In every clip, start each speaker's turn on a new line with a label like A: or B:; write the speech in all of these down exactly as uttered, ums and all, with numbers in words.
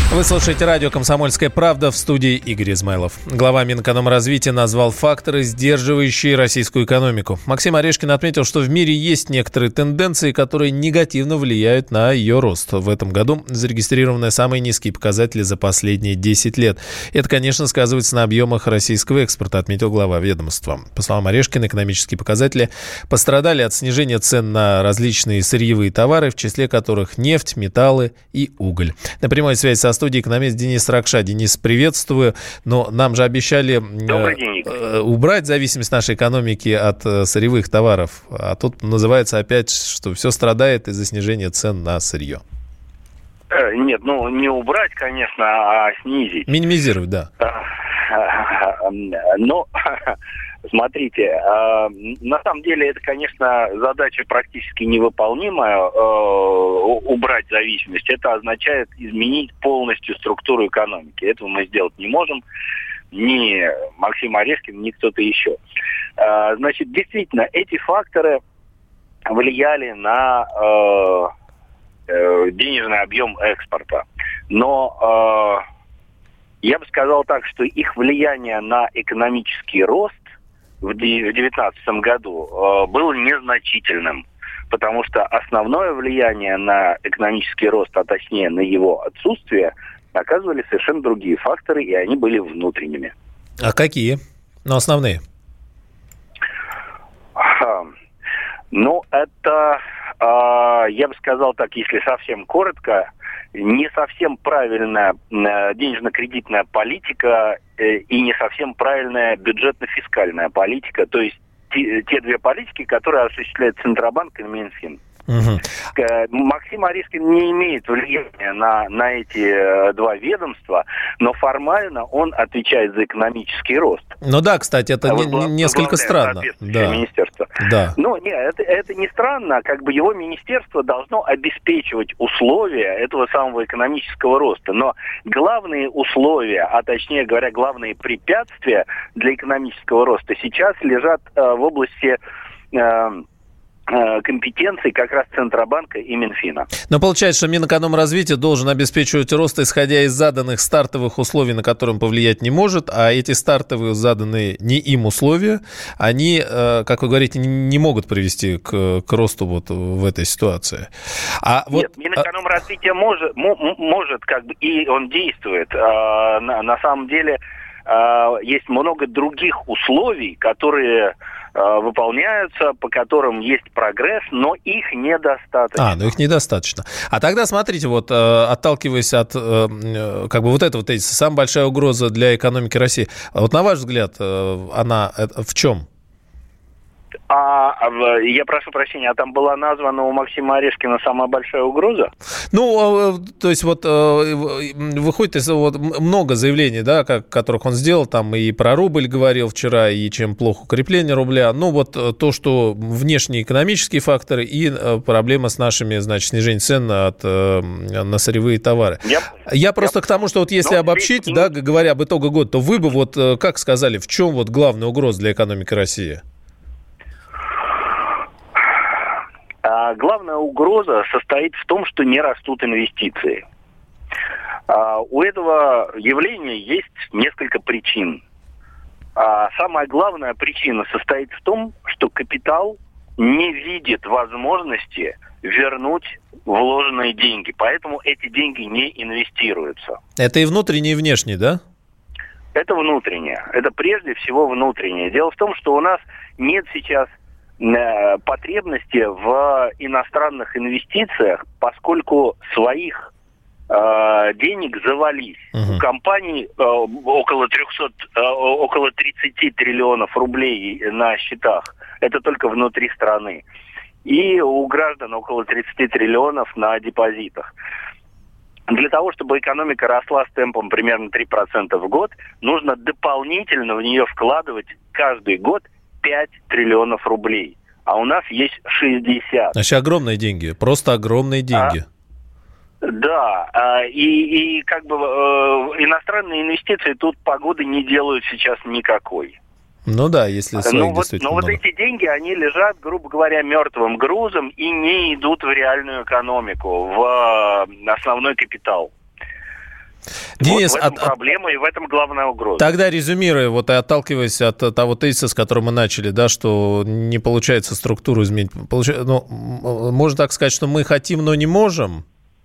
A: Вы слушаете радио «Комсомольская правда», в студии Игорь Измайлов. Глава Минэкономразвития назвал факторы, сдерживающие российскую экономику. Максим Орешкин отметил, что в мире есть некоторые тенденции, которые негативно влияют на ее рост. В этом году зарегистрированы самые низкие показатели за последние десять лет. Это, конечно, сказывается на объемах российского экспорта, отметил глава ведомства. По словам Орешкина, экономические показатели пострадали от снижения цен на различные сырьевые товары, в числе которых нефть, металлы и уголь. На прямой связи со студии экономист Денис Ракша. Денис, приветствую. Но нам же обещали э, убрать зависимость нашей экономики от э, сырьевых товаров. А тут называется опять, что все страдает из-за снижения цен на сырье.
B: Э, нет, ну не убрать, конечно, а снизить.
A: Минимизировать, да.
B: Но... Смотрите, э, на самом деле это, конечно, задача практически невыполнимая, э, убрать зависимость. Это означает изменить полностью структуру экономики. Этого мы сделать не можем, ни Максим Орешкин, ни кто-то еще. Э, значит, действительно, эти факторы влияли на э, э, денежный объем экспорта. Но э, я бы сказал так, что их влияние на экономический рост в две тысячи девятнадцатом году э, было незначительным, потому что основное влияние на экономический рост, а точнее на его отсутствие, оказывали совершенно другие факторы, и они были внутренними.
A: А какие? Ну, основные.
B: А, ну, это, э, я бы сказал так, если совсем коротко, не совсем правильная э, денежно-кредитная политика э, и не совсем правильная бюджетно-фискальная политика, то есть те, те две политики, которые осуществляет Центробанк и Минфин. Угу. Максим Орешкин не имеет влияния на, на эти э, два ведомства, но формально он отвечает за экономический рост.
A: Ну да, кстати, это не, не, несколько странно. Да.
B: Министерство.
A: Да.
B: Ну, нет, это, это не странно, как бы его министерство должно обеспечивать условия этого самого экономического роста. Но главные условия, а точнее говоря, главные препятствия для экономического роста сейчас лежат э, в области... Э, компетенций как раз Центробанка и Минфина.
A: Но получается, что Минэкономразвития должен обеспечивать рост, исходя из заданных стартовых условий, на которые он повлиять не может, а эти стартовые заданные не им условия, они, как вы говорите, не могут привести к, к росту вот в этой ситуации. А
B: Нет,
A: вот...
B: Минэкономразвития может, может, как бы, и он действует. На, на самом деле есть много других условий, которые выполняются, по которым есть прогресс, но их недостаточно.
A: А, ну их недостаточно. А тогда смотрите, вот отталкиваясь от как бы вот этого тезиса, самая большая угроза для экономики России, вот на ваш взгляд, она в чем?
B: А, я прошу прощения, а там была названа у Максима Орешкина самая большая угроза?
A: Ну, то есть вот выходит из вот много заявлений, да, как, которых он сделал, там и про рубль говорил вчера, и чем плохо укрепление рубля. Ну, вот то, что внешние экономические факторы и проблема с нашими, значит, снижением цен от, на сырьевые товары. Я, я просто я... к тому, что вот если Но обобщить, здесь... да, говоря об итоге года, то вы бы вот как сказали, в чем вот главная угроза для экономики России?
B: А главная угроза состоит в том, что не растут инвестиции. А у этого явления есть несколько причин. А самая главная причина состоит в том, что капитал не видит возможности вернуть вложенные деньги. Поэтому эти деньги не инвестируются.
A: Это и внутренние, и внешние, да?
B: Это внутреннее. Это прежде всего внутреннее. Дело в том, что у нас нет сейчас потребности в иностранных инвестициях, поскольку своих э, денег завались. Uh-huh. У компаний э, около трехсот, э, около тридцати триллионов рублей на счетах. Это только внутри страны. И у граждан около тридцати триллионов на депозитах. Для того, чтобы экономика росла с темпом примерно три процента в год, нужно дополнительно в нее вкладывать каждый год пять триллионов рублей. А у нас есть шестьдесят.
A: Значит, огромные деньги. Просто огромные деньги.
B: А, да. А, и, и как бы э, иностранные инвестиции тут погоды не делают сейчас никакой.
A: Ну да, если своих
B: но
A: действительно
B: вот, но
A: много.
B: вот эти деньги, они лежат, грубо говоря, мертвым грузом и не идут в реальную экономику, в основной капитал.
A: Денис,
B: вот в этом
A: от,
B: проблема и в этом главная угроза.
A: Тогда резюмируя, вот и отталкиваясь от того тезиса, с которым мы начали, да, что не получается структуру изменить, получ... ну, можно так сказать, что мы хотим, но не можем?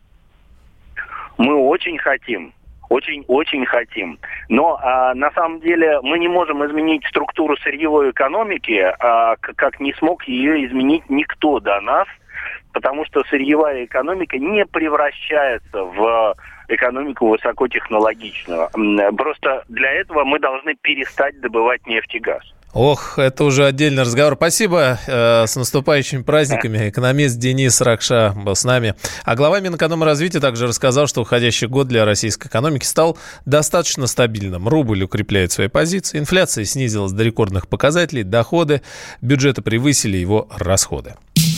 B: Мы очень хотим. Очень-очень хотим. Но а, на самом деле мы не можем изменить структуру сырьевой экономики, а, как не смог ее изменить никто до нас, потому что сырьевая экономика не превращается в экономику высокотехнологичную. Просто для этого мы должны перестать добывать нефть и газ.
A: Ох, это уже отдельный разговор. Спасибо. Э, с наступающими праздниками. Экономист Денис Ракша был с нами. А глава Минэкономразвития также рассказал, что уходящий год для российской экономики стал достаточно стабильным. Рубль укрепляет свои позиции, инфляция снизилась до рекордных показателей, доходы бюджета превысили его расходы.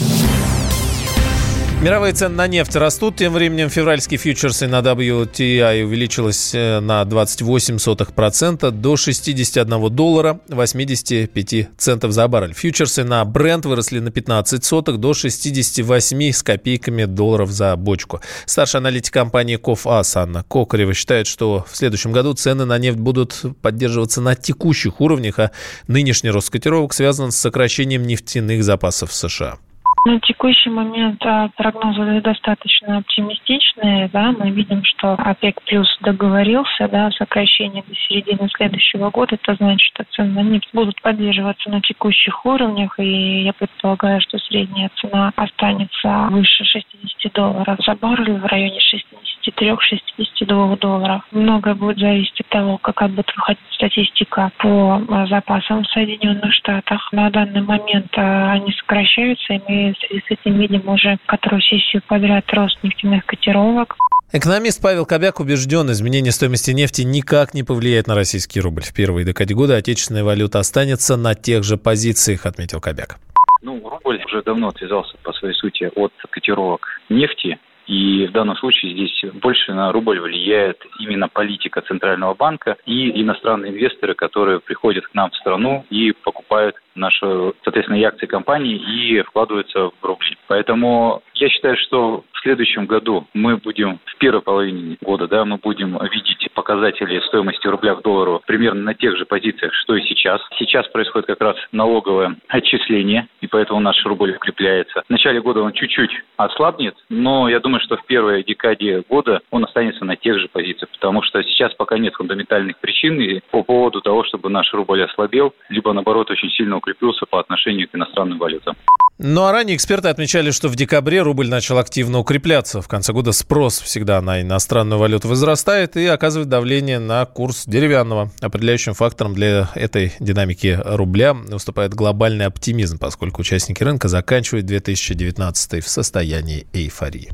A: Мировые цены на нефть растут. Тем временем февральские фьючерсы на дабл ю ти ай увеличились на двадцать восемь сотых процента до шестьдесят один доллара восемьдесят пять центов за баррель. Фьючерсы на Brent выросли на пятнадцать сотых до шестьдесят восемь с копейками долларов за бочку. Старший аналитик компании Кофас Анна Кокарева считает, что в следующем году цены на нефть будут поддерживаться на текущих уровнях, а нынешний рост котировок связан с сокращением нефтяных запасов в США.
C: На текущий момент прогнозы достаточно оптимистичные. Да? Мы видим, что ОПЕК плюс договорился, да, о сокращении до середины следующего года. Это значит, что цены на нефть будут поддерживаться на текущих уровнях. И я предполагаю, что средняя цена останется выше шестьдесят долларов за баррель, в районе шестьдесят три - шестьдесят два долларов. Многое будет зависеть от того, какая будет выходить статистика по запасам в Соединенных Штатах. На данный момент они сокращаются, и мы в связи с этим видим уже которую сессию подряд рост нефтяных котировок.
A: Экономист Павел Кобяк убежден, изменение стоимости нефти никак не повлияет на российский рубль. В первой декаде года отечественная валюта останется на тех же позициях, отметил Кобяк.
D: Ну, рубль уже давно отвязался по своей сути от котировок нефти. И в данном случае здесь больше на рубль влияет именно политика Центрального банка и иностранные инвесторы, которые приходят к нам в страну и покупают наши, соответственно, и акции компании и вкладываются в рубли. Поэтому я считаю, что в следующем году мы будем, в первой половине года, да, мы будем видеть показатели стоимости рубля к доллару примерно на тех же позициях, что и сейчас. Сейчас происходит как раз налоговое отчисление, и поэтому наш рубль укрепляется. В начале года он чуть-чуть ослабнет, но я думаю, что в первой декаде года он останется на тех же позициях, потому что сейчас пока нет фундаментальных причин по поводу того, чтобы наш рубль ослабел, либо наоборот очень сильно укрепился по отношению к иностранным валютам.
A: Ну а ранее эксперты отмечали, что в декабре рубль начал активно укрепляться. В конце года спрос всегда на иностранную валюту возрастает и оказывает давление на курс деревянного. Определяющим фактором для этой динамики рубля выступает глобальный оптимизм, поскольку участники рынка заканчивают две тысячи девятнадцатый в состоянии эйфории.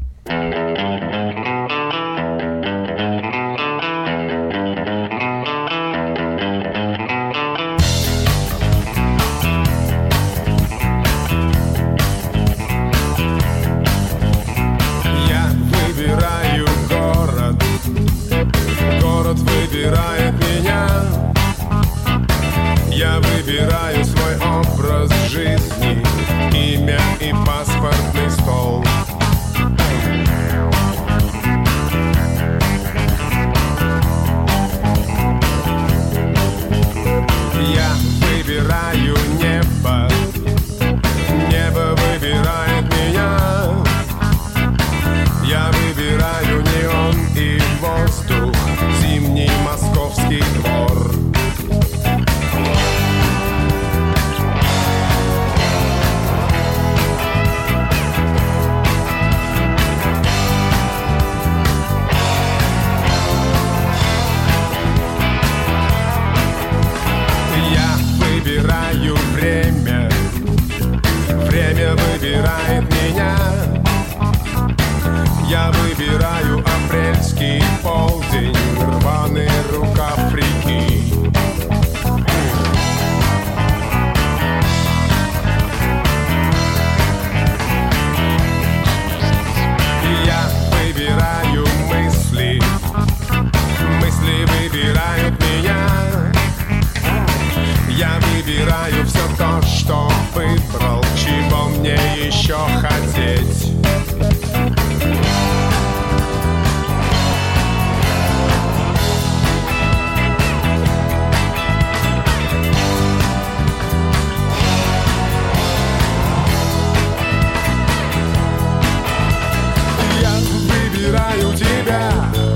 E: Выбирает меня, я выбираю свой образ жизни, имя и паспортный стол. Я выбираю небо, небо выбирает меня. Я выбираю неон и воздух, зимний московский двор. Я выбираю время, время выбирает меня. Я выбираю апрельский полдень, рваный рукав реки. Я выбираю мысли, мысли выбирают меня. Я выбираю все то, что выбрал, чего мне еще хотеть. тебя.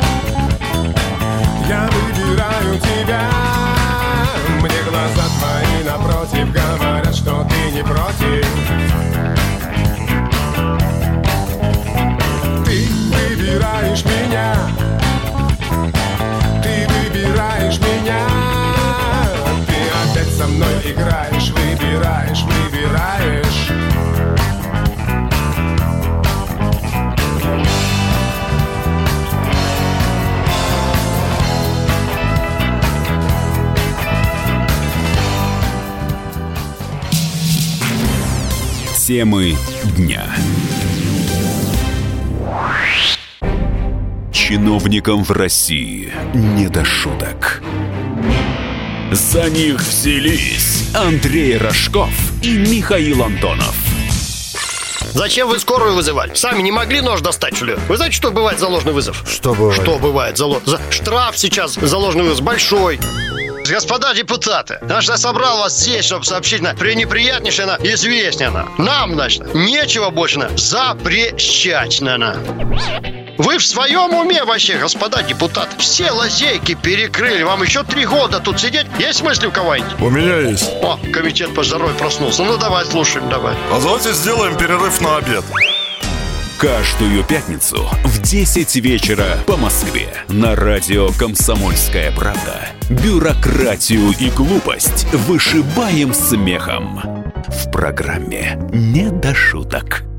E: Я выбираю тебя. Мне глаза твои напротив говорят, что ты не против. Ты выбираешь меня. Ты выбираешь меня. Ты опять со мной играешь. Выбираешь, выбираешь.
F: Темы дня. Чиновникам в России не до шуток. За них взялись Андрей Рожков и Михаил Антонов.
G: Зачем вы скорую вызывали? Сами не могли нож достать, что ли? Вы знаете, что бывает за ложный вызов?
H: Что бывает?
G: Что бывает за, за... Штраф сейчас за ложный вызов большой. Господа депутаты, значит, я собрал вас здесь, чтобы сообщить на пренеприятнейшее на известие на. Нам, значит, нечего больше на запрещать на. на. Вы в своем уме вообще, господа депутаты? Все лазейки перекрыли. Вам еще три года тут сидеть? Есть мысли у кого-нибудь?
H: У меня есть.
G: О, комитет по здоровью проснулся. Ну, давай, слушаем, давай.
H: А давайте сделаем перерыв на обед.
F: Каждую пятницу в десять вечера по Москве на радио «Комсомольская правда». Бюрократию и глупость вышибаем смехом. В программе «Не до шуток».